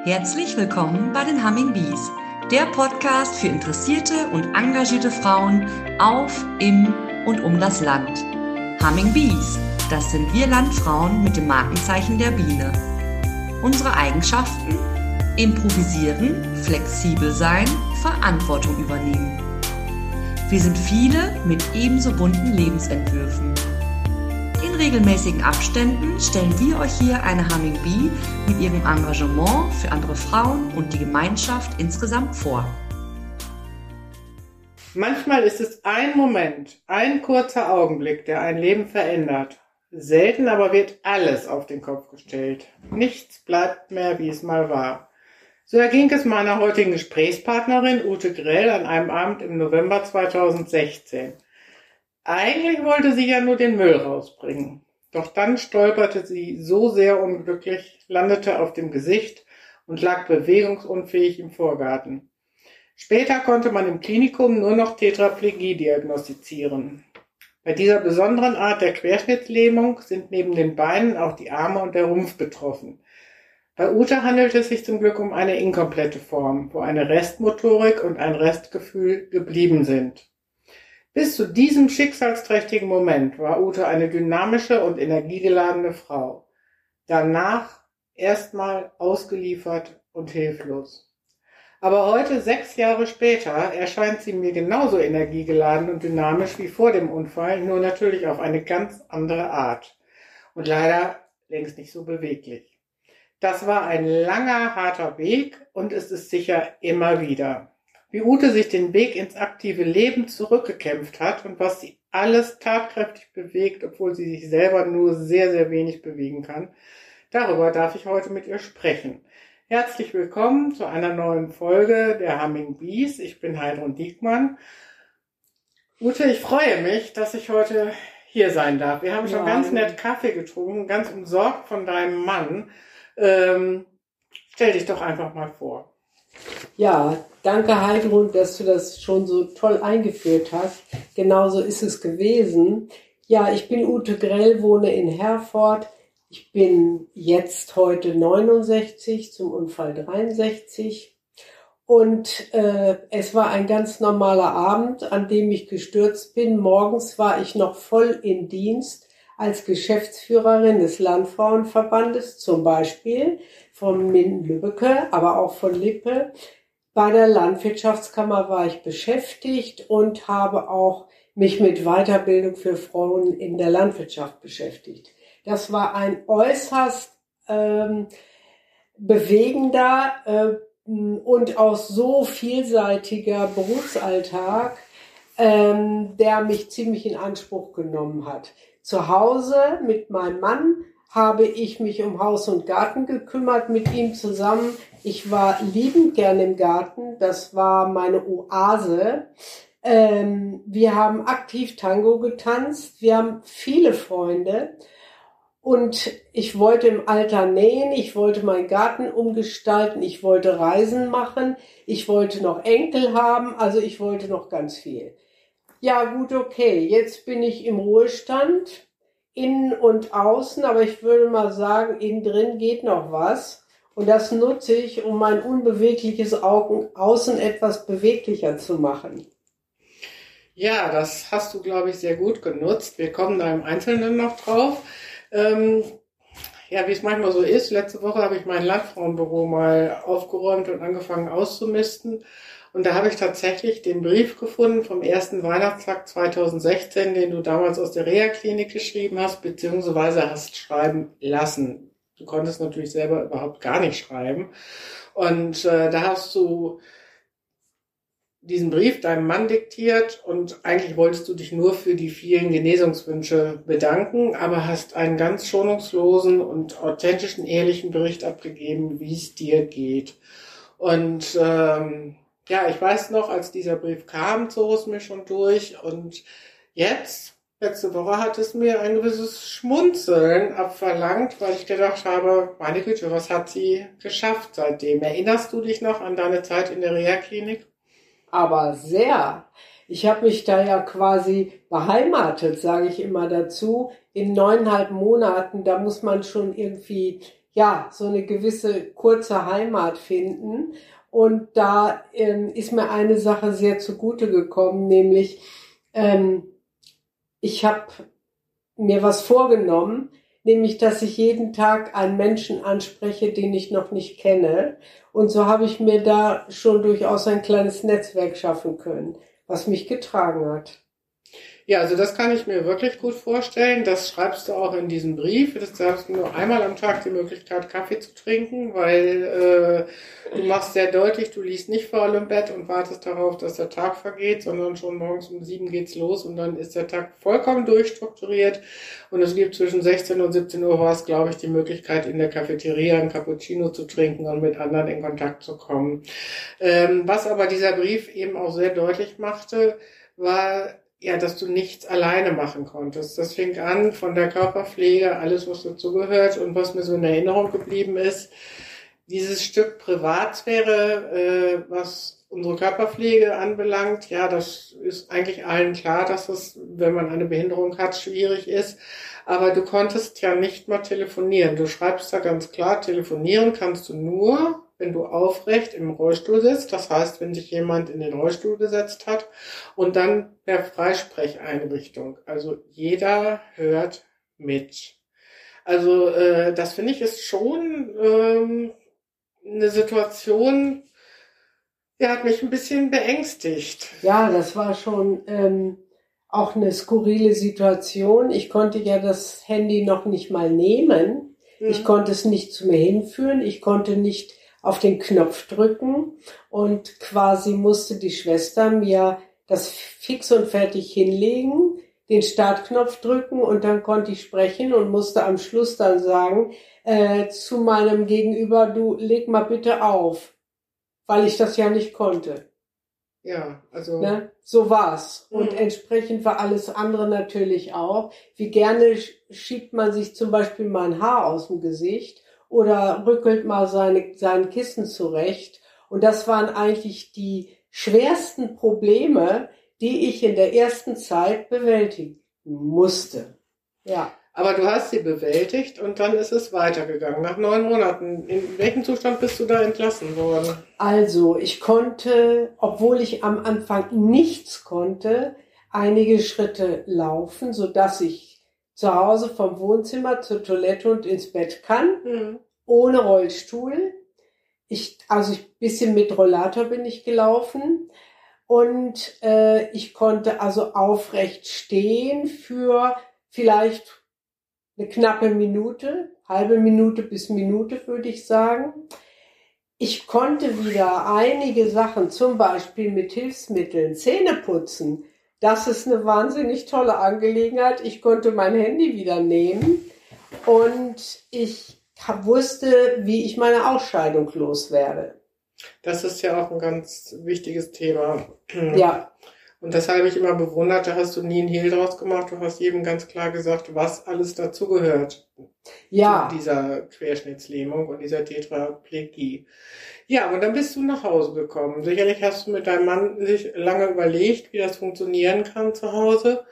Herzlich willkommen bei den Humming Bees, der Podcast für interessierte und engagierte Frauen auf, im und um das Land. Humming Bees, das sind wir Landfrauen mit dem Markenzeichen der Biene. Unsere Eigenschaften? Improvisieren, flexibel sein, Verantwortung übernehmen. Wir sind viele mit ebenso bunten Lebensentwürfen. In regelmäßigen Abständen stellen wir euch hier eine Humming Bee mit ihrem Engagement für andere Frauen und die Gemeinschaft insgesamt vor. Manchmal ist es ein Moment, ein kurzer Augenblick, der ein Leben verändert. Selten aber wird alles auf den Kopf gestellt. Nichts bleibt mehr, wie es mal war. So erging es meiner heutigen Gesprächspartnerin Ute Grell an einem Abend im November 2016. Eigentlich wollte sie ja nur den Müll rausbringen. Doch dann stolperte sie so sehr unglücklich, landete auf dem Gesicht und lag bewegungsunfähig im Vorgarten. Später konnte man im Klinikum nur noch Tetraplegie diagnostizieren. Bei dieser besonderen Art der Querschnittslähmung sind neben den Beinen auch die Arme und der Rumpf betroffen. Bei Ute handelt es sich zum Glück um eine inkomplette Form, wo eine Restmotorik und ein Restgefühl geblieben sind. Bis zu diesem schicksalsträchtigen Moment war Ute eine dynamische und energiegeladene Frau. Danach erstmal ausgeliefert und hilflos. Aber heute, 6 Jahre später, erscheint sie mir genauso energiegeladen und dynamisch wie vor dem Unfall, nur natürlich auf eine ganz andere Art. Und leider längst nicht so beweglich. Das war ein langer, harter Weg und es ist sicher immer wieder. Wie Ute sich den Weg ins aktive Leben zurückgekämpft hat und was sie alles tatkräftig bewegt, obwohl sie sich selber nur sehr, sehr wenig bewegen kann, darüber darf ich heute mit ihr sprechen. Herzlich willkommen zu einer neuen Folge der Humming Bees. Ich bin Heidrun Diekmann. Ute, ich freue mich, dass ich heute hier sein darf. Wir haben schon ganz nett Kaffee getrunken, ganz umsorgt von deinem Mann. Stell dich doch einfach mal vor. Ja, danke Heidrun, dass du das schon so toll eingeführt hast. Genauso ist es gewesen. Ja, ich bin Ute Grell, wohne in Herford. Ich bin jetzt heute 69, zum Unfall 63. Und es war ein ganz normaler Abend, an dem ich gestürzt bin. Morgens war ich noch voll in Dienst als Geschäftsführerin des Landfrauenverbandes, zum Beispiel von Minden-Lübbecke, aber auch von Lippe. Bei der Landwirtschaftskammer war ich beschäftigt und habe auch mich mit Weiterbildung für Frauen in der Landwirtschaft beschäftigt. Das war ein äußerst bewegender und auch so vielseitiger Berufsalltag, der mich ziemlich in Anspruch genommen hat. Zu Hause mit meinem Mann habe ich mich um Haus und Garten gekümmert mit ihm zusammen. Ich war liebend gern im Garten. Das war meine Oase. Wir haben aktiv Tango getanzt. Wir haben viele Freunde. Und ich wollte im Alter nähen. Ich wollte meinen Garten umgestalten. Ich wollte Reisen machen. Ich wollte noch Enkel haben. Also ich wollte noch ganz viel. Ja, gut, okay. Jetzt bin ich im Ruhestand. Innen und außen, aber ich würde mal sagen, innen drin geht noch was. Und das nutze ich, um mein unbewegliches Außen etwas beweglicher zu machen. Ja, das hast du, glaube ich, sehr gut genutzt. Wir kommen da im Einzelnen noch drauf. Ja, wie es manchmal so ist, letzte Woche habe ich mein Landfrauenbüro mal aufgeräumt und angefangen auszumisten. Und da habe ich tatsächlich den Brief gefunden vom ersten Weihnachtstag 2016, den du damals aus der Reha-Klinik geschrieben hast, beziehungsweise hast schreiben lassen. Du konntest natürlich selber überhaupt gar nicht schreiben. Und da hast du diesen Brief deinem Mann diktiert und eigentlich wolltest du dich nur für die vielen Genesungswünsche bedanken, aber hast einen ganz schonungslosen und authentischen, ehrlichen Bericht abgegeben, wie es dir geht. Und ja, ich weiß noch, als dieser Brief kam, zog es mir schon durch und jetzt, letzte Woche, hat es mir ein gewisses Schmunzeln abverlangt, weil ich gedacht habe, meine Güte, was hat sie geschafft seitdem? Erinnerst du dich noch an deine Zeit in der Reha-Klinik? Aber sehr. Ich habe mich da ja quasi beheimatet, sage ich immer dazu, in 9,5 Monaten. Da muss man schon irgendwie ja, so eine gewisse kurze Heimat finden. Und da ist mir eine Sache sehr zugute gekommen, nämlich ich habe mir was vorgenommen, nämlich, dass ich jeden Tag einen Menschen anspreche, den ich noch nicht kenne. Und so habe ich mir da schon durchaus ein kleines Netzwerk schaffen können, was mich getragen hat. Ja, also das kann ich mir wirklich gut vorstellen. Das schreibst du auch in diesem Brief. Du hast nur einmal am Tag die Möglichkeit, Kaffee zu trinken, weil du machst sehr deutlich, du liegst nicht faul im Bett und wartest darauf, dass der Tag vergeht, sondern schon morgens um 7 geht's los und dann ist der Tag vollkommen durchstrukturiert. Und es gibt zwischen 16 und 17 Uhr war es, glaube ich, die Möglichkeit, in der Cafeteria ein Cappuccino zu trinken und mit anderen in Kontakt zu kommen. Was aber dieser Brief eben auch sehr deutlich machte, war, ja, dass du nichts alleine machen konntest. Das fing an von der Körperpflege, alles, was dazugehört und was mir so in Erinnerung geblieben ist. Dieses Stück Privatsphäre, was unsere Körperpflege anbelangt, ja, das ist eigentlich allen klar, dass das, wenn man eine Behinderung hat, schwierig ist. Aber du konntest ja nicht mal telefonieren. Du schreibst da ganz klar, telefonieren kannst du nur, wenn du aufrecht im Rollstuhl sitzt, das heißt, wenn sich jemand in den Rollstuhl gesetzt hat und dann per Freisprecheinrichtung. Also jeder hört mit. Also das finde ich ist schon eine Situation, die hat mich ein bisschen beängstigt. Ja, das war schon auch eine skurrile Situation. Ich konnte ja das Handy noch nicht mal nehmen. Ich konnte es nicht zu mir hinführen. Ich konnte nicht auf den Knopf drücken und quasi musste die Schwester mir das fix und fertig hinlegen, den Startknopf drücken und dann konnte ich sprechen und musste am Schluss dann sagen zu meinem Gegenüber, du leg mal bitte auf, weil ich das ja nicht konnte. Ja, also ne? So war's. Und entsprechend war alles andere natürlich auch. Wie gerne schiebt man sich zum Beispiel mal ein Haar aus dem Gesicht oder rückelt mal sein Kissen zurecht. Und das waren eigentlich die schwersten Probleme, die ich in der ersten Zeit bewältigen musste. Ja. Aber du hast sie bewältigt und dann ist es weitergegangen. Nach 9 Monaten. In welchem Zustand bist du da entlassen worden? Also, ich konnte, obwohl ich am Anfang nichts konnte, einige Schritte laufen, sodass ich zu Hause vom Wohnzimmer zur Toilette und ins Bett kann, ohne Rollstuhl. Bisschen mit Rollator bin ich gelaufen und ich konnte also aufrecht stehen für vielleicht eine knappe Minute, halbe Minute bis Minute, würde ich sagen. Ich konnte wieder einige Sachen, zum Beispiel mit Hilfsmitteln, Zähne putzen. Das ist eine wahnsinnig tolle Angelegenheit. Ich konnte mein Handy wieder nehmen und ich wusste, wie ich meine Ausscheidung loswerde. Das ist ja auch ein ganz wichtiges Thema. Ja. Und das habe ich immer bewundert, da hast du nie einen Hehl draus gemacht, du hast jedem ganz klar gesagt, was alles dazugehört. Ja. Zu dieser Querschnittslähmung und dieser Tetraplegie. Ja, und dann bist du nach Hause gekommen. Sicherlich hast du mit deinem Mann sich lange überlegt, wie das funktionieren kann zu Hause.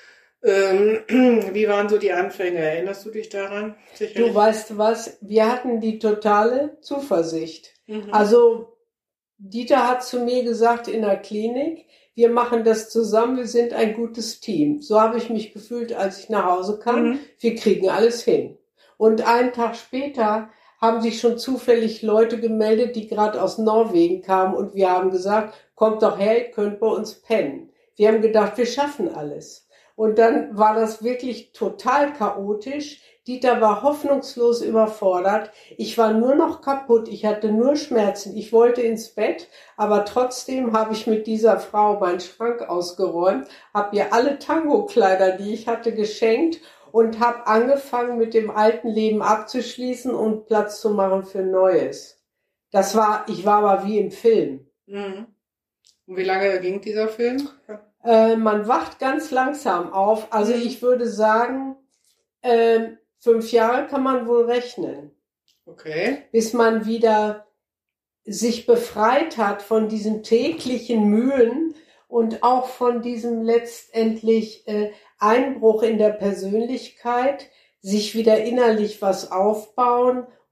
Wie waren so die Anfänge? Erinnerst du dich daran? Sicherlich. Du weißt was, wir hatten die totale Zuversicht. Also Dieter hat zu mir gesagt in der Klinik, wir machen das zusammen, wir sind ein gutes Team. So habe ich mich gefühlt, als ich nach Hause kam. Wir kriegen alles hin. Und einen Tag später haben sich schon zufällig Leute gemeldet, die gerade aus Norwegen kamen und wir haben gesagt, kommt doch her, ihr könnt bei uns pennen. Wir haben gedacht, wir schaffen alles. Und dann war das wirklich total chaotisch. Dieter war hoffnungslos überfordert. Ich war nur noch kaputt. Ich hatte nur Schmerzen. Ich wollte ins Bett, aber trotzdem habe ich mit dieser Frau meinen Schrank ausgeräumt, habe ihr alle Tango-Kleider, die ich hatte, geschenkt und habe angefangen, mit dem alten Leben abzuschließen und Platz zu machen für Neues. Ich war aber wie im Film. Und wie lange ging dieser Film? Man wacht ganz langsam auf. Also ich würde sagen, 5 Jahre kann man wohl rechnen. Okay. Bis man wieder sich befreit hat von diesen täglichen Mühen und auch von diesem letztendlich Einbruch in der Persönlichkeit, sich wieder innerlich was aufbauen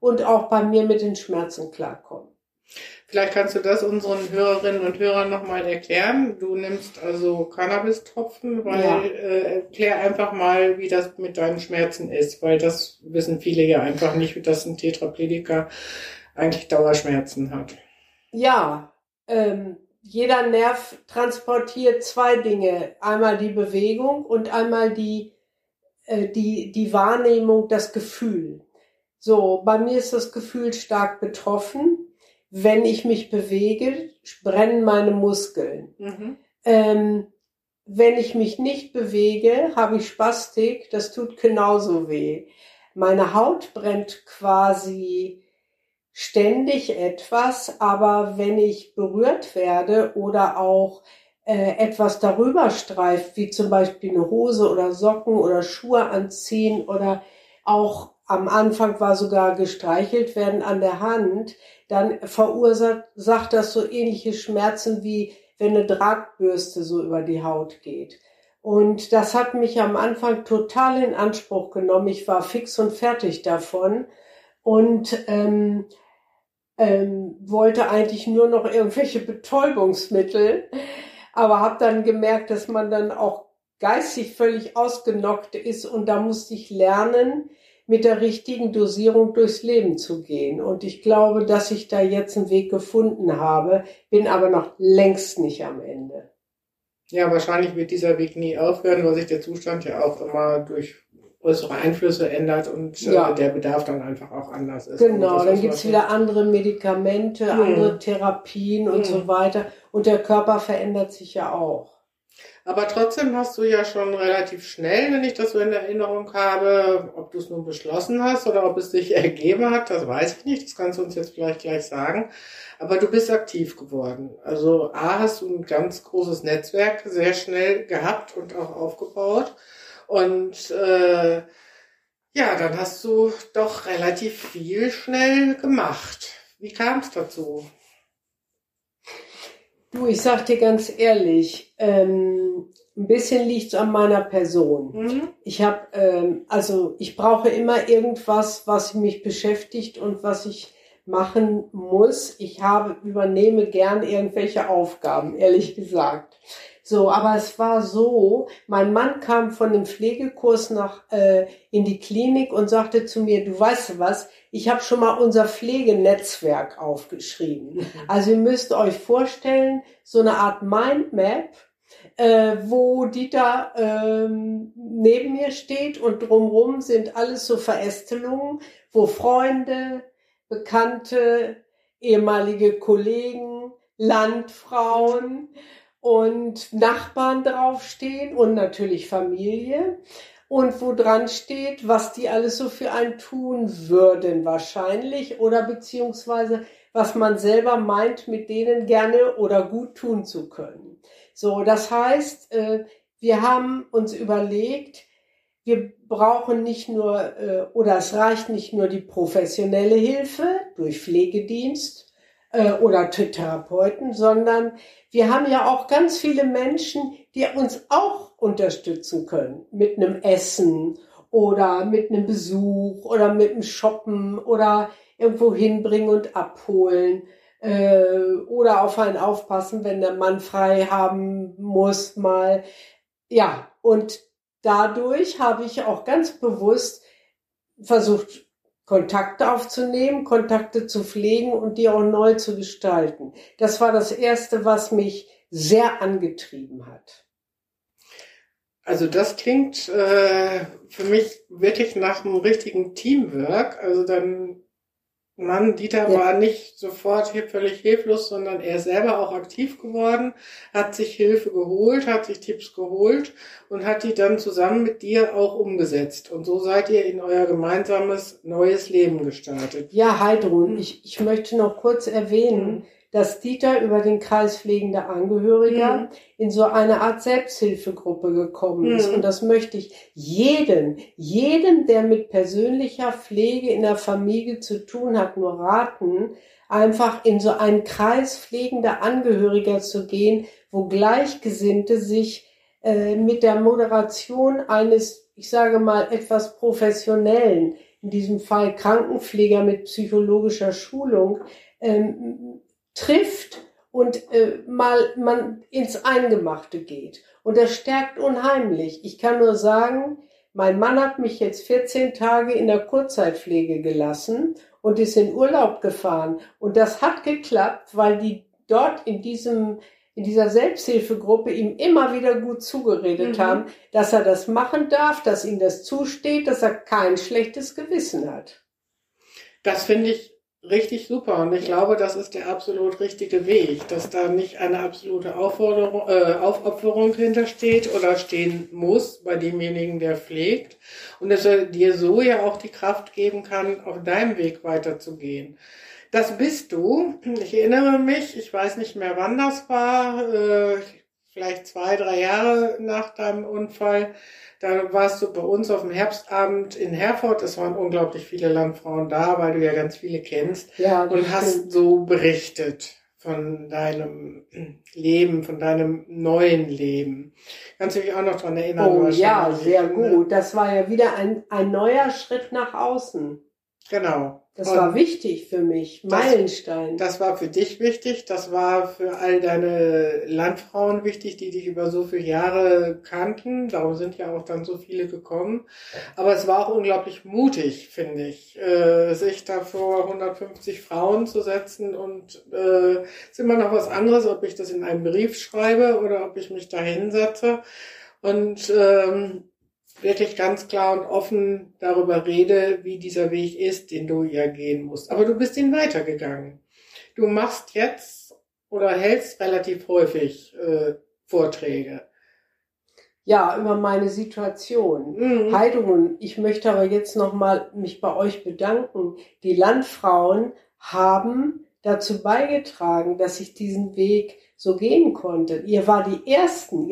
und auch bei mir mit den Schmerzen klarkommen. Vielleicht kannst du das unseren Hörerinnen und Hörern nochmal erklären. Du nimmst also Cannabis-Tropfen, erklär einfach mal, wie das mit deinen Schmerzen ist, weil das wissen viele ja einfach nicht, dass ein Tetraplegiker eigentlich Dauerschmerzen hat. Ja, jeder Nerv transportiert zwei Dinge. Einmal die Bewegung und einmal die Wahrnehmung, das Gefühl. So, bei mir ist das Gefühl stark betroffen. Wenn ich mich bewege, brennen meine Muskeln. Mhm. Wenn ich mich nicht bewege, habe ich Spastik, das tut genauso weh. Meine Haut brennt quasi ständig etwas, aber wenn ich berührt werde oder auch etwas darüber streift, wie zum Beispiel eine Hose oder Socken oder Schuhe anziehen oder auch am Anfang war sogar gestreichelt werden an der Hand, dann verursacht das so ähnliche Schmerzen, wie wenn eine Drahtbürste so über die Haut geht. Und das hat mich am Anfang total in Anspruch genommen. Ich war fix und fertig davon und wollte eigentlich nur noch irgendwelche Betäubungsmittel, aber habe dann gemerkt, dass man dann auch geistig völlig ausgenockt ist und da musste ich lernen, mit der richtigen Dosierung durchs Leben zu gehen. Und ich glaube, dass ich da jetzt einen Weg gefunden habe, bin aber noch längst nicht am Ende. Ja, wahrscheinlich wird dieser Weg nie aufhören, weil sich der Zustand ja auch immer durch äußere Einflüsse ändert und der Bedarf dann einfach auch anders ist. Genau, dann gibt's wieder andere Medikamente, andere Therapien und so weiter. Und der Körper verändert sich ja auch. Aber trotzdem hast du ja schon relativ schnell, wenn ich das so in Erinnerung habe, ob du es nun beschlossen hast oder ob es sich ergeben hat, das weiß ich nicht, das kannst du uns jetzt vielleicht gleich sagen. Aber du bist aktiv geworden. Also A, hast du ein ganz großes Netzwerk sehr schnell gehabt und auch aufgebaut. Und dann hast du doch relativ viel schnell gemacht. Wie kam es dazu? Du, ich sag dir ganz ehrlich, ein bisschen liegt's an meiner Person. Mhm. Ich habe, ich brauche immer irgendwas, was mich beschäftigt und was ich machen muss. Ich übernehme gern irgendwelche Aufgaben, ehrlich gesagt. So, aber es war so, mein Mann kam von dem Pflegekurs in die Klinik und sagte zu mir, du weißt was, ich habe schon mal unser Pflegenetzwerk aufgeschrieben. Also ihr müsst euch vorstellen, so eine Art Mindmap, wo Dieter neben mir steht und drumherum sind alles so Verästelungen, wo Freunde, Bekannte, ehemalige Kollegen, Landfrauen und Nachbarn draufstehen und natürlich Familie und wo dran steht, was die alles so für einen tun würden wahrscheinlich oder beziehungsweise was man selber meint, mit denen gerne oder gut tun zu können. So, das heißt, wir haben uns überlegt, wir brauchen nicht nur, oder es reicht nicht nur die professionelle Hilfe durch Pflegedienst oder Therapeuten, sondern wir haben ja auch ganz viele Menschen, die uns auch unterstützen können mit einem Essen oder mit einem Besuch oder mit einem Shoppen oder irgendwo hinbringen und abholen oder auf einen aufpassen, wenn der Mann frei haben muss mal. Ja, und dadurch habe ich auch ganz bewusst versucht, Kontakte aufzunehmen, Kontakte zu pflegen und die auch neu zu gestalten. Das war das Erste, was mich sehr angetrieben hat. Also das klingt für mich wirklich nach einem richtigen Teamwork. Also dann Dieter war nicht sofort hier völlig hilflos, sondern er ist selber auch aktiv geworden, hat sich Hilfe geholt, hat sich Tipps geholt und hat die dann zusammen mit dir auch umgesetzt. Und so seid ihr in euer gemeinsames neues Leben gestartet. Ja, Heidrun, ich möchte noch kurz erwähnen, dass Dieter über den Kreis pflegender Angehöriger in so eine Art Selbsthilfegruppe gekommen ist. Und das möchte ich jedem, der mit persönlicher Pflege in der Familie zu tun hat, nur raten, einfach in so einen Kreis pflegender Angehöriger zu gehen, wo Gleichgesinnte sich mit der Moderation eines, ich sage mal, etwas Professionellen in diesem Fall Krankenpfleger mit psychologischer Schulung, trifft und mal man ins Eingemachte geht. Und das stärkt unheimlich. Ich kann nur sagen, mein Mann hat mich jetzt 14 Tage in der Kurzzeitpflege gelassen und ist in Urlaub gefahren. Und das hat geklappt, weil die dort in dieser Selbsthilfegruppe ihm immer wieder gut zugeredet haben, dass er das machen darf, dass ihm das zusteht, dass er kein schlechtes Gewissen hat. Das finde ich richtig super und ich glaube, das ist der absolut richtige Weg, dass da nicht eine absolute Aufopferung hintersteht oder stehen muss bei demjenigen, der pflegt und dass er dir so ja auch die Kraft geben kann, auf deinem Weg weiterzugehen. Das bist du. Ich erinnere mich, ich weiß nicht mehr, wann das war, vielleicht 2, 3 Jahre nach deinem Unfall. Da warst du bei uns auf dem Herbstabend in Herford. Es waren unglaublich viele Landfrauen da, weil du ja ganz viele kennst. Ja, und hast so berichtet von deinem Leben, von deinem neuen Leben. Kannst du dich auch noch dran erinnern? Oh ja, sehr gut. Das war ja wieder ein neuer Schritt nach außen. Genau. Das war wichtig für mich, Meilenstein. Das war für dich wichtig, das war für all deine Landfrauen wichtig, die dich über so viele Jahre kannten. Darum sind ja auch dann so viele gekommen. Aber es war auch unglaublich mutig, finde ich, sich da vor 150 Frauen zu setzen. Und ist immer noch was anderes, ob ich das in einen Brief schreibe oder ob ich mich da hinsetze. Und wirklich ganz klar und offen darüber rede, wie dieser Weg ist, den du ja gehen musst. Aber du bist ihn weitergegangen. Du machst jetzt oder hältst relativ häufig Vorträge. Ja, über meine Situation. Heidrun, ich möchte aber jetzt nochmal mich bei euch bedanken. Die Landfrauen haben dazu beigetragen, dass ich diesen Weg so gehen konnte. Ihr wart die Ersten,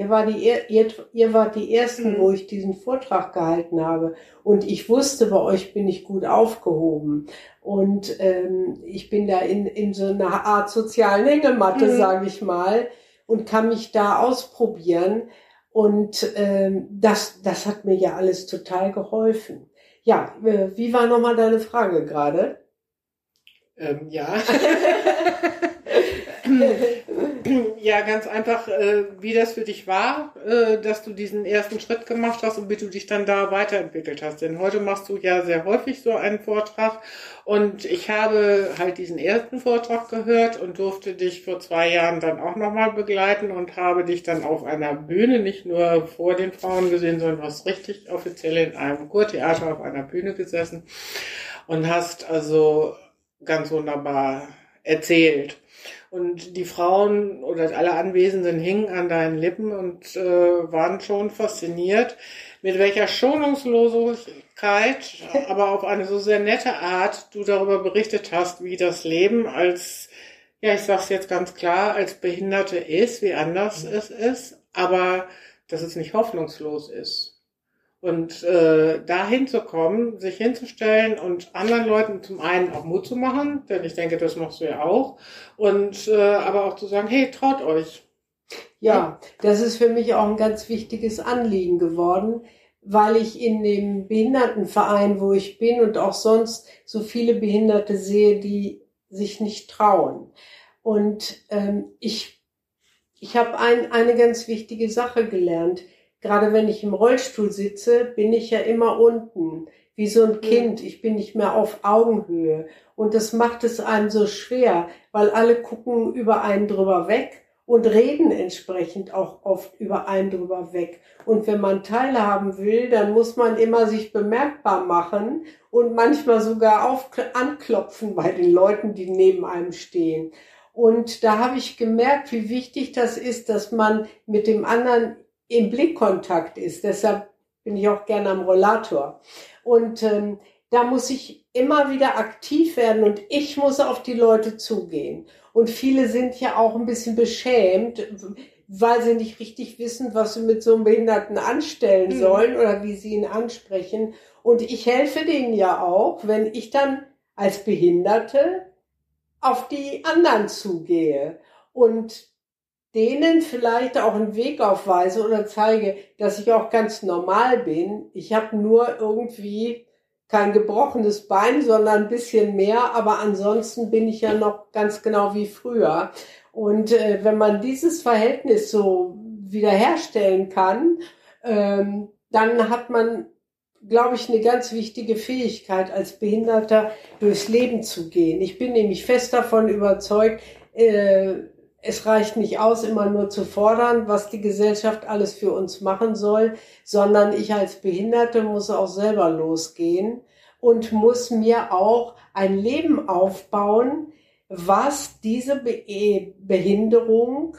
wo ich diesen Vortrag gehalten habe. Und ich wusste, bei euch bin ich gut aufgehoben. Und ich bin da in so einer Art sozialen Hängematte, sage ich mal, und kann mich da ausprobieren. Und das hat mir ja alles total geholfen. Ja, wie war nochmal deine Frage gerade? Ja. Ja, ganz einfach, wie das für dich war, dass du diesen ersten Schritt gemacht hast und wie du dich dann da weiterentwickelt hast. Denn heute machst du ja sehr häufig so einen Vortrag und ich habe halt diesen ersten Vortrag gehört und durfte dich vor 2 Jahren dann auch nochmal begleiten und habe dich dann auf einer Bühne, nicht nur vor den Frauen gesehen, sondern du hast richtig offiziell in einem Kurtheater auf einer Bühne gesessen und hast also ganz wunderbar erzählt. Und die Frauen oder alle Anwesenden hingen an deinen Lippen und waren schon fasziniert, mit welcher Schonungslosigkeit, aber auf eine so sehr nette Art du darüber berichtet hast, wie das Leben als, ja, ich sag's jetzt ganz klar, als Behinderte ist, wie anders es ist, aber dass es nicht hoffnungslos ist. Und dahin zu kommen, sich hinzustellen und anderen Leuten zum einen auch Mut zu machen, denn ich denke, das machst du ja auch, und aber auch zu sagen, hey, traut euch. Ja, das ist für mich auch ein ganz wichtiges Anliegen geworden, weil ich in dem Behindertenverein, wo ich bin und auch sonst so viele Behinderte sehe, die sich nicht trauen. Und ich habe eine ganz wichtige Sache gelernt. Gerade wenn ich im Rollstuhl sitze, bin ich ja immer unten, wie so ein Kind. Ich bin nicht mehr auf Augenhöhe. Und das macht es einem so schwer, weil alle gucken über einen drüber weg und reden entsprechend auch oft über einen drüber weg. Und wenn man teilhaben will, dann muss man immer sich bemerkbar machen und manchmal sogar anklopfen bei den Leuten, die neben einem stehen. Und da habe ich gemerkt, wie wichtig das ist, dass man mit dem anderen im Blickkontakt ist. Deshalb bin ich auch gerne am Rollator. Und da muss ich immer wieder aktiv werden und ich muss auf die Leute zugehen. Und viele sind ja auch ein bisschen beschämt, weil sie nicht richtig wissen, was sie mit so einem Behinderten anstellen sollen oder wie sie ihn ansprechen. Und ich helfe denen ja auch, wenn ich dann als Behinderte auf die anderen zugehe und denen vielleicht auch einen Weg aufweise oder zeige, dass ich auch ganz normal bin. Ich habe nur irgendwie kein gebrochenes Bein, sondern ein bisschen mehr, aber ansonsten bin ich ja noch ganz genau wie früher. Und wenn man dieses Verhältnis so wiederherstellen kann, dann hat man, glaube ich, eine ganz wichtige Fähigkeit, als Behinderter durchs Leben zu gehen. Ich bin nämlich fest davon überzeugt, es reicht nicht aus, immer nur zu fordern, was die Gesellschaft alles für uns machen soll, sondern ich als Behinderte muss auch selber losgehen und muss mir auch ein Leben aufbauen, was diese Behinderung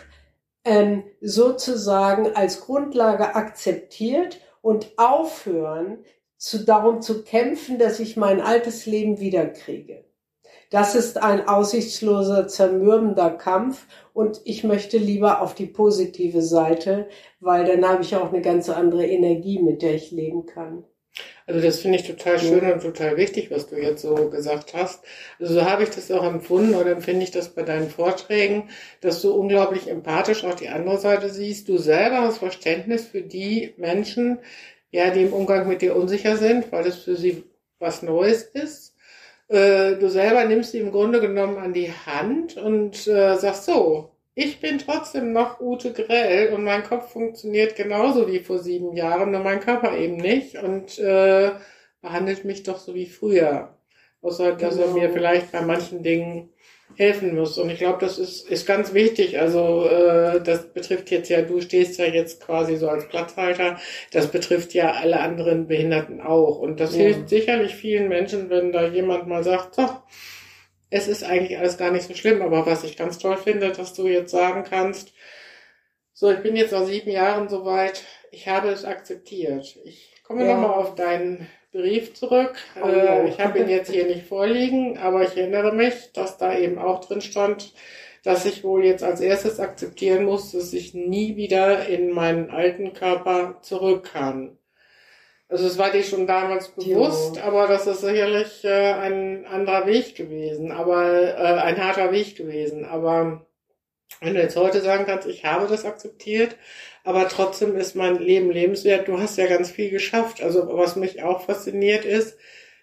sozusagen als Grundlage akzeptiert und aufhören, darum zu kämpfen, dass ich mein altes Leben wiederkriege. Das ist ein aussichtsloser, zermürbender Kampf und ich möchte lieber auf die positive Seite, weil dann habe ich auch eine ganz andere Energie, mit der ich leben kann. Also das finde ich total schön und total wichtig, was du jetzt so gesagt hast. Also so habe ich das auch empfunden oder empfinde ich das bei deinen Vorträgen, dass du unglaublich empathisch auch die andere Seite siehst. Du selber hast Verständnis für die Menschen, ja, die im Umgang mit dir unsicher sind, weil es für sie was Neues ist. Du selber nimmst sie im Grunde genommen an die Hand und sagst so, ich bin trotzdem noch Ute Grell und mein Kopf funktioniert genauso wie vor 7 Jahren, nur mein Körper eben nicht und behandelt mich doch so wie früher. Außer, dass er mir vielleicht bei manchen Dingen helfen muss. Und ich glaube, das ist ganz wichtig. Also das betrifft jetzt ja, du stehst ja jetzt quasi so als Platzhalter, das betrifft ja alle anderen Behinderten auch. Und das hilft sicherlich vielen Menschen, wenn da jemand mal sagt, so, es ist eigentlich alles gar nicht so schlimm. Aber was ich ganz toll finde, dass du jetzt sagen kannst, so, ich bin jetzt nach 7 Jahren soweit, ich habe es akzeptiert. Ich komme nochmal auf deinen Brief zurück. Ich habe ihn jetzt hier nicht vorliegen, aber ich erinnere mich, dass da eben auch drin stand, dass ich wohl jetzt als erstes akzeptieren muss, dass ich nie wieder in meinen alten Körper zurück kann. Also es war dir schon damals bewusst, aber das ist sicherlich ein anderer Weg gewesen, aber ein harter Weg gewesen. Aber wenn du jetzt heute sagen kannst, ich habe das akzeptiert, aber trotzdem ist mein Leben lebenswert. Du hast ja ganz viel geschafft. Also was mich auch fasziniert ist,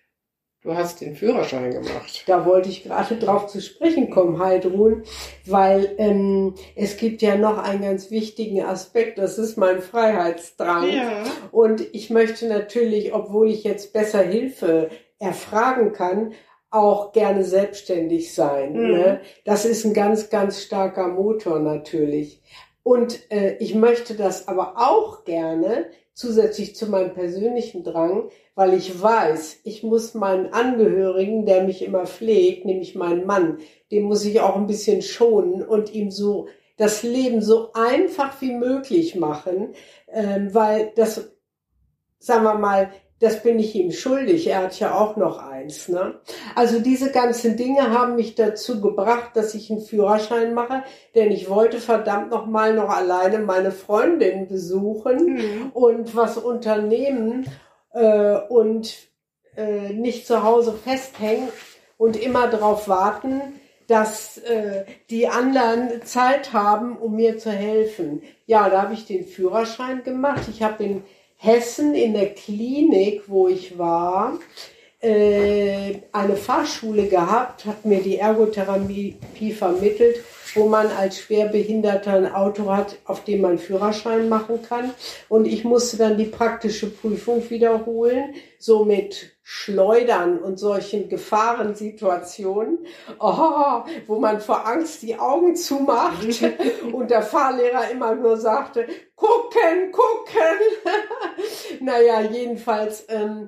du hast den Führerschein gemacht. Da wollte ich gerade drauf zu sprechen kommen, Heidrun, weil es gibt ja noch einen ganz wichtigen Aspekt, das ist mein Freiheitsdrang. Ja. Und ich möchte natürlich, obwohl ich jetzt besser Hilfe erfragen kann, auch gerne selbstständig sein. Ne? Das ist ein ganz, ganz starker Motor natürlich. Und ich möchte das aber auch gerne zusätzlich zu meinem persönlichen Drang, weil ich weiß, ich muss meinen Angehörigen, der mich immer pflegt, nämlich meinen Mann, den muss ich auch ein bisschen schonen und ihm so das Leben so einfach wie möglich machen, weil das, sagen wir mal, das bin ich ihm schuldig. Er hat ja auch noch eins, ne? Also diese ganzen Dinge haben mich dazu gebracht, dass ich einen Führerschein mache, denn ich wollte verdammt nochmal noch alleine meine Freundin besuchen und was unternehmen und nicht zu Hause festhängen und immer darauf warten, dass die anderen Zeit haben, um mir zu helfen. Ja, da habe ich den Führerschein gemacht. Ich habe in Hessen in der Klinik, wo ich war, eine Fahrschule gehabt, hat mir die Ergotherapie vermittelt, wo man als Schwerbehinderter ein Auto hat, auf dem man Führerschein machen kann. Und ich musste dann die praktische Prüfung wiederholen, so mit Schleudern und solchen Gefahrensituationen, wo man vor Angst die Augen zumacht und der Fahrlehrer immer nur sagte, gucken, gucken. Naja, jedenfalls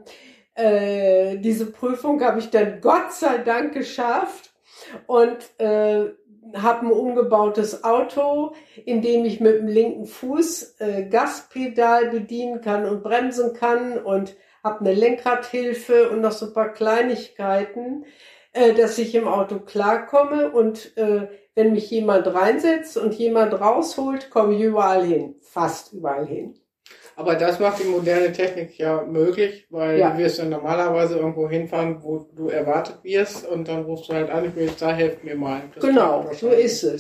diese Prüfung habe ich dann Gott sei Dank geschafft und habe ein umgebautes Auto, in dem ich mit dem linken Fuß Gaspedal bedienen kann und bremsen kann und habe eine Lenkradhilfe und noch so ein paar Kleinigkeiten, dass ich im Auto klarkomme und wenn mich jemand reinsetzt und jemand rausholt, komme ich überall hin, fast überall hin. Aber das macht die moderne Technik ja möglich, weil du wirst ja normalerweise irgendwo hinfahren, wo du erwartet wirst und dann rufst du halt an, ich will jetzt da, helft mir mal. Das genau, so ist es.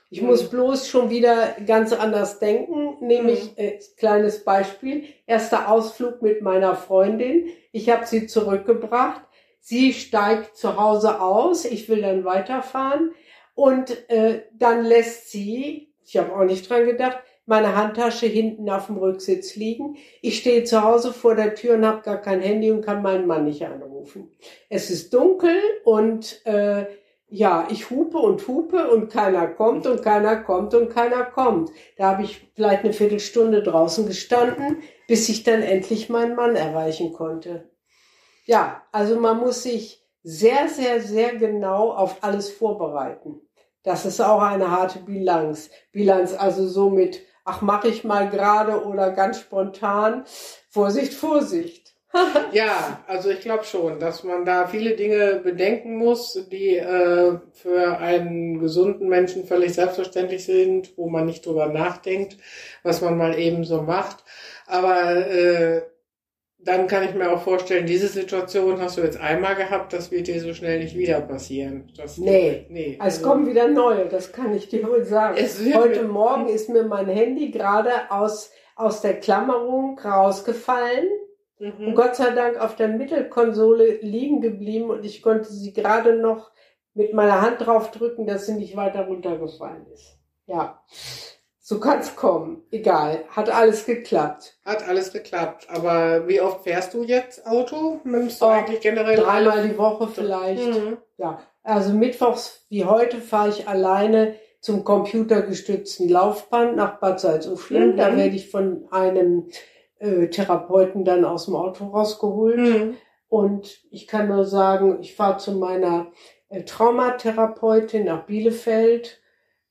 Ich muss bloß schon wieder ganz anders denken, nämlich kleines Beispiel, erster Ausflug mit meiner Freundin, ich habe sie zurückgebracht, sie steigt zu Hause aus, ich will dann weiterfahren und dann lässt sie, ich habe auch nicht dran gedacht, meine Handtasche hinten auf dem Rücksitz liegen. Ich stehe zu Hause vor der Tür und habe gar kein Handy und kann meinen Mann nicht anrufen. Es ist dunkel und ich hupe und keiner kommt und keiner kommt und keiner kommt. Da habe ich vielleicht eine Viertelstunde draußen gestanden, bis ich dann endlich meinen Mann erreichen konnte. Ja, also man muss sich sehr, sehr, sehr genau auf alles vorbereiten. Das ist auch eine harte Bilanz. Also so mit, ach, mache ich mal gerade oder ganz spontan. Vorsicht, Vorsicht. Ja, also ich glaube schon, dass man da viele Dinge bedenken muss, die für einen gesunden Menschen völlig selbstverständlich sind, wo man nicht drüber nachdenkt, was man mal eben so macht. Aber dann kann ich mir auch vorstellen, diese Situation hast du jetzt einmal gehabt, das wird dir so schnell nicht wieder passieren. Nee. Es kommen wieder neue, das kann ich dir wohl sagen. Heute Morgen ist mir mein Handy gerade aus der Klammerung rausgefallen. Und Gott sei Dank auf der Mittelkonsole liegen geblieben und ich konnte sie gerade noch mit meiner Hand drauf drücken, dass sie nicht weiter runtergefallen ist. Ja, so kann's kommen. Egal, hat alles geklappt. Aber wie oft fährst du jetzt Auto? Nimmst du eigentlich generell 3-mal die Woche vielleicht. Ja, also mittwochs wie heute fahre ich alleine zum computergestützten Laufband nach Bad Salzuflen. Da werde ich von einem Therapeuten dann aus dem Auto rausgeholt. Und ich kann nur sagen, ich fahre zu meiner Traumatherapeutin nach Bielefeld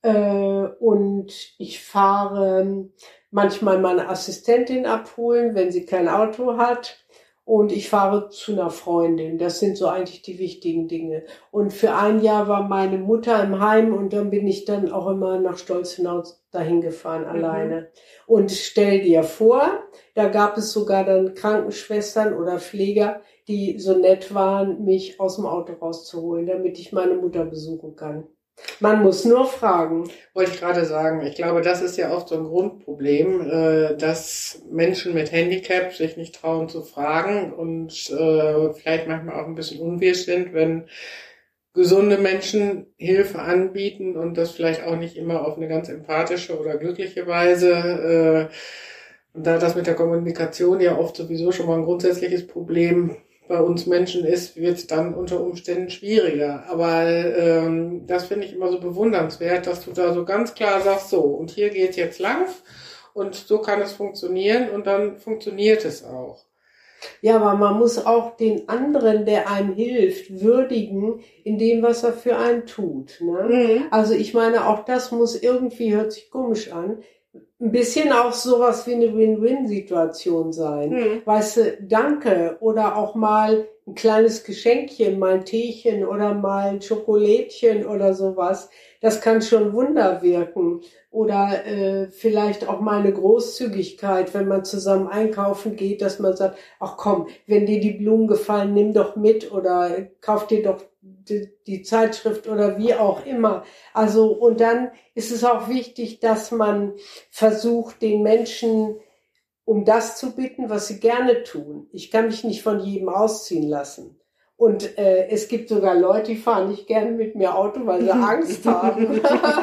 und ich fahre manchmal meine Assistentin abholen, wenn sie kein Auto hat. Und ich fahre zu einer Freundin. Das sind so eigentlich die wichtigen Dinge. Und für ein Jahr war meine Mutter im Heim und dann bin ich dann auch immer nach Stolzenau dahin gefahren, alleine. Und stell dir vor, da gab es sogar dann Krankenschwestern oder Pfleger, die so nett waren, mich aus dem Auto rauszuholen, damit ich meine Mutter besuchen kann. Man muss nur fragen. Wollte ich gerade sagen, ich glaube, das ist ja oft so ein Grundproblem, dass Menschen mit Handicap sich nicht trauen zu fragen und vielleicht manchmal auch ein bisschen unwirsch sind, wenn gesunde Menschen Hilfe anbieten und das vielleicht auch nicht immer auf eine ganz empathische oder glückliche Weise. Und da das mit der Kommunikation ja oft sowieso schon mal ein grundsätzliches Problem bei uns Menschen ist, wird es dann unter Umständen schwieriger. Aber das finde ich immer so bewundernswert, dass du da so ganz klar sagst, so, und hier geht's jetzt lang und so kann es funktionieren und dann funktioniert es auch. Ja, aber man muss auch den anderen, der einem hilft, würdigen in dem, was er für einen tut. Ne? Also ich meine, auch das muss irgendwie, hört sich komisch an, ein bisschen auch sowas wie eine Win-Win-Situation sein. Weißt du, danke oder auch mal ein kleines Geschenkchen, mal ein Teechen oder mal ein Schokolädchen oder sowas. Das kann schon Wunder wirken. Oder vielleicht auch mal eine Großzügigkeit, wenn man zusammen einkaufen geht, dass man sagt, ach komm, wenn dir die Blumen gefallen, nimm doch mit oder kauf dir doch die Zeitschrift oder wie auch immer. Also, und dann ist es auch wichtig, dass man versucht, den Menschen um das zu bitten, was sie gerne tun. Ich kann mich nicht von jedem ausziehen lassen. Und es gibt sogar Leute, die fahren nicht gerne mit mir Auto, weil sie Angst haben.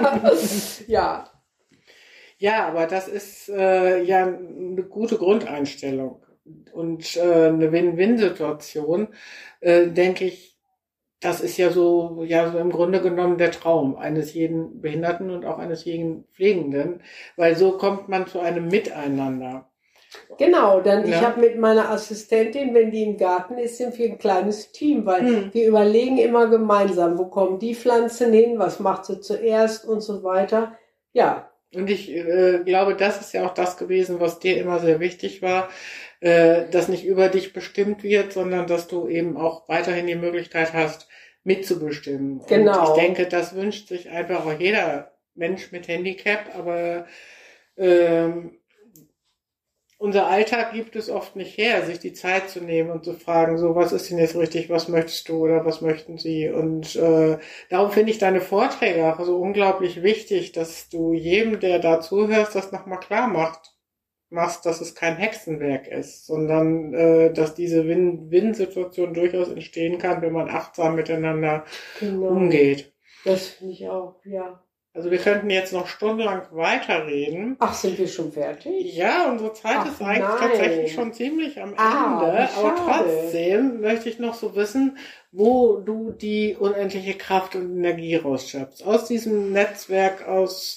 Ja. Ja, aber das ist ja eine gute Grundeinstellung und eine Win-Win-Situation, denke ich. Das ist ja so im Grunde genommen der Traum eines jeden Behinderten und auch eines jeden Pflegenden, weil so kommt man zu einem Miteinander. Genau, ich habe mit meiner Assistentin, wenn die im Garten ist, sind wir ein kleines Team, weil wir überlegen immer gemeinsam, wo kommen die Pflanzen hin, was macht sie zuerst und so weiter. Ja. Und ich glaube, das ist ja auch das gewesen, was dir immer sehr wichtig war, dass nicht über dich bestimmt wird, sondern dass du eben auch weiterhin die Möglichkeit hast, mitzubestimmen. Genau. Und ich denke, das wünscht sich einfach auch jeder Mensch mit Handicap, aber unser Alltag gibt es oft nicht her, sich die Zeit zu nehmen und zu fragen, so, was ist denn jetzt richtig, was möchtest du oder was möchten sie? Und darum finde ich deine Vorträge auch so unglaublich wichtig, dass du jedem, der da zuhörst, das nochmal klar machst, dass es kein Hexenwerk ist, sondern dass diese Win-Win-Situation durchaus entstehen kann, wenn man achtsam miteinander umgeht. Das finde ich auch, ja. Also wir könnten jetzt noch stundenlang weiterreden. Ach, sind wir schon fertig? Ja, unsere Zeit ist eigentlich tatsächlich schon ziemlich am Ende. Aber trotzdem möchte ich noch so wissen, wo du die unendliche Kraft und Energie rausschöpfst. Aus diesem Netzwerk,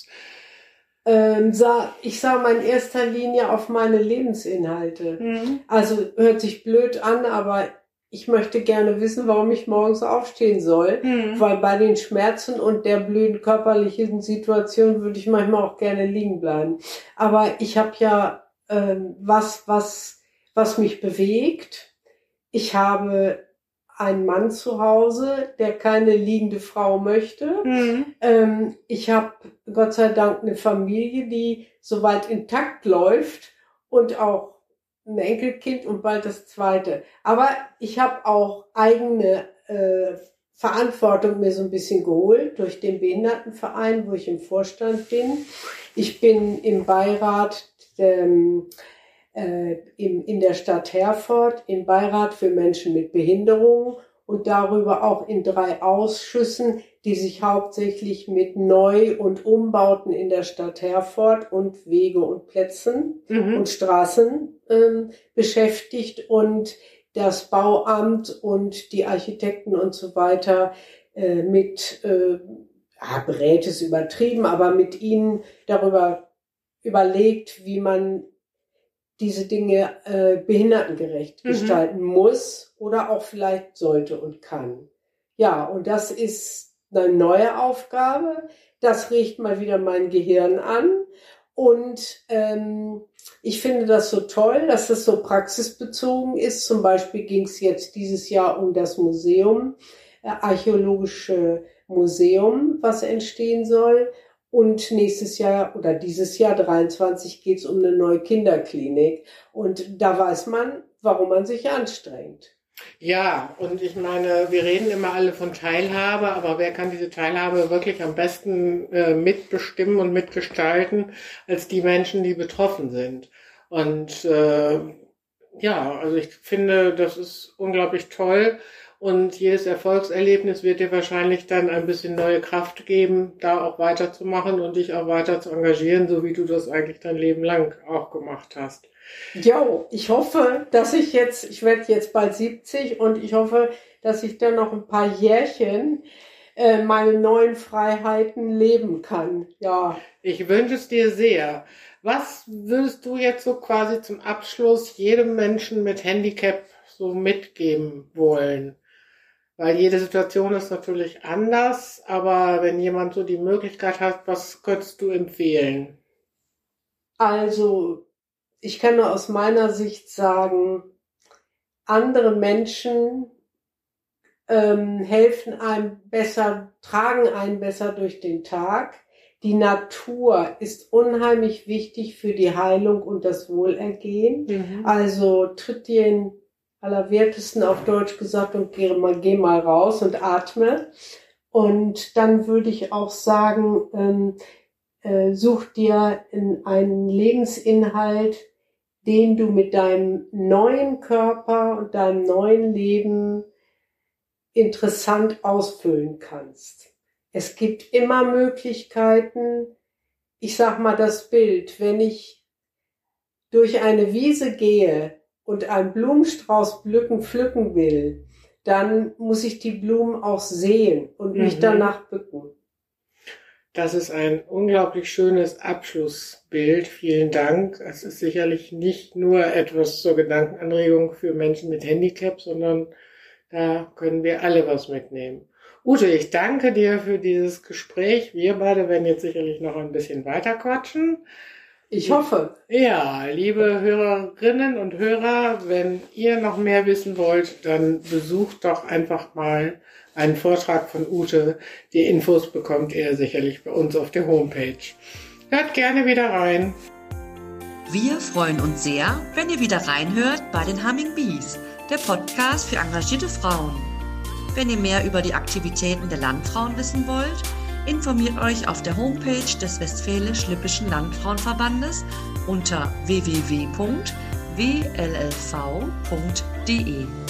ich sah mal in erster Linie auf meine Lebensinhalte. Also hört sich blöd an, aber ich möchte gerne wissen, warum ich morgens aufstehen soll, weil bei den Schmerzen und der blöden körperlichen Situation würde ich manchmal auch gerne liegen bleiben. Aber ich habe ja was mich bewegt. Ich habe einen Mann zu Hause, der keine liegende Frau möchte. Ich habe Gott sei Dank eine Familie, die soweit intakt läuft und auch ein Enkelkind und bald das zweite. Aber ich habe auch eigene Verantwortung mir so ein bisschen geholt durch den Behindertenverein, wo ich im Vorstand bin. Ich bin im Beirat in der Stadt Herford, im Beirat für Menschen mit Behinderung und darüber auch in 3 Ausschüssen, die sich hauptsächlich mit Neu- und Umbauten in der Stadt Herford und Wege und Plätzen und Straßen beschäftigt und das Bauamt und die Architekten und so weiter berät ist übertrieben, aber mit ihnen darüber überlegt, wie man diese Dinge behindertengerecht gestalten muss oder auch vielleicht sollte und kann. Ja, und das ist eine neue Aufgabe. Das regt mal wieder mein Gehirn an. Und ich finde das so toll, dass das so praxisbezogen ist. Zum Beispiel ging es jetzt dieses Jahr um das Museum, Archäologische Museum, was entstehen soll. Und nächstes Jahr oder dieses Jahr 23 geht es um eine neue Kinderklinik. Und da weiß man, warum man sich anstrengt. Ja, und ich meine, wir reden immer alle von Teilhabe, aber wer kann diese Teilhabe wirklich am besten mitbestimmen und mitgestalten, als die Menschen, die betroffen sind? Und also ich finde, das ist unglaublich toll. Und jedes Erfolgserlebnis wird dir wahrscheinlich dann ein bisschen neue Kraft geben, da auch weiterzumachen und dich auch weiter zu engagieren, so wie du das eigentlich dein Leben lang auch gemacht hast. Ja, ich hoffe, dass ich werde jetzt bald 70 und ich hoffe, dass ich dann noch ein paar Jährchen meine neuen Freiheiten leben kann. Ja. Ich wünsche es dir sehr. Was würdest du jetzt so quasi zum Abschluss jedem Menschen mit Handicap so mitgeben wollen? Weil jede Situation ist natürlich anders, aber wenn jemand so die Möglichkeit hat, was könntest du empfehlen? Also, ich kann nur aus meiner Sicht sagen, andere Menschen helfen einem besser, tragen einen besser durch den Tag. Die Natur ist unheimlich wichtig für die Heilung und das Wohlergehen. Also tritt dir in allerwertesten auf Deutsch gesagt und geh mal raus und atme. Und dann würde ich auch sagen, such dir einen Lebensinhalt, den du mit deinem neuen Körper und deinem neuen Leben interessant ausfüllen kannst. Es gibt immer Möglichkeiten. Ich sag mal das Bild, wenn ich durch eine Wiese gehe und einen Blumenstrauß pflücken will, dann muss ich die Blumen auch sehen und mich danach bücken. Das ist ein unglaublich schönes Abschlussbild. Vielen Dank. Es ist sicherlich nicht nur etwas zur Gedankenanregung für Menschen mit Handicap, sondern da können wir alle was mitnehmen. Ute, ich danke dir für dieses Gespräch. Wir beide werden jetzt sicherlich noch ein bisschen weiter quatschen. Ich hoffe. Ja, liebe Hörerinnen und Hörer, wenn ihr noch mehr wissen wollt, dann besucht doch einfach mal einen Vortrag von Ute. Die Infos bekommt ihr sicherlich bei uns auf der Homepage. Hört gerne wieder rein. Wir freuen uns sehr, wenn ihr wieder reinhört bei den Humming Bees, der Podcast für engagierte Frauen. Wenn ihr mehr über die Aktivitäten der Landfrauen wissen wollt, informiert euch auf der Homepage des Westfälisch-Lippischen Landfrauenverbandes unter www.wllv.de.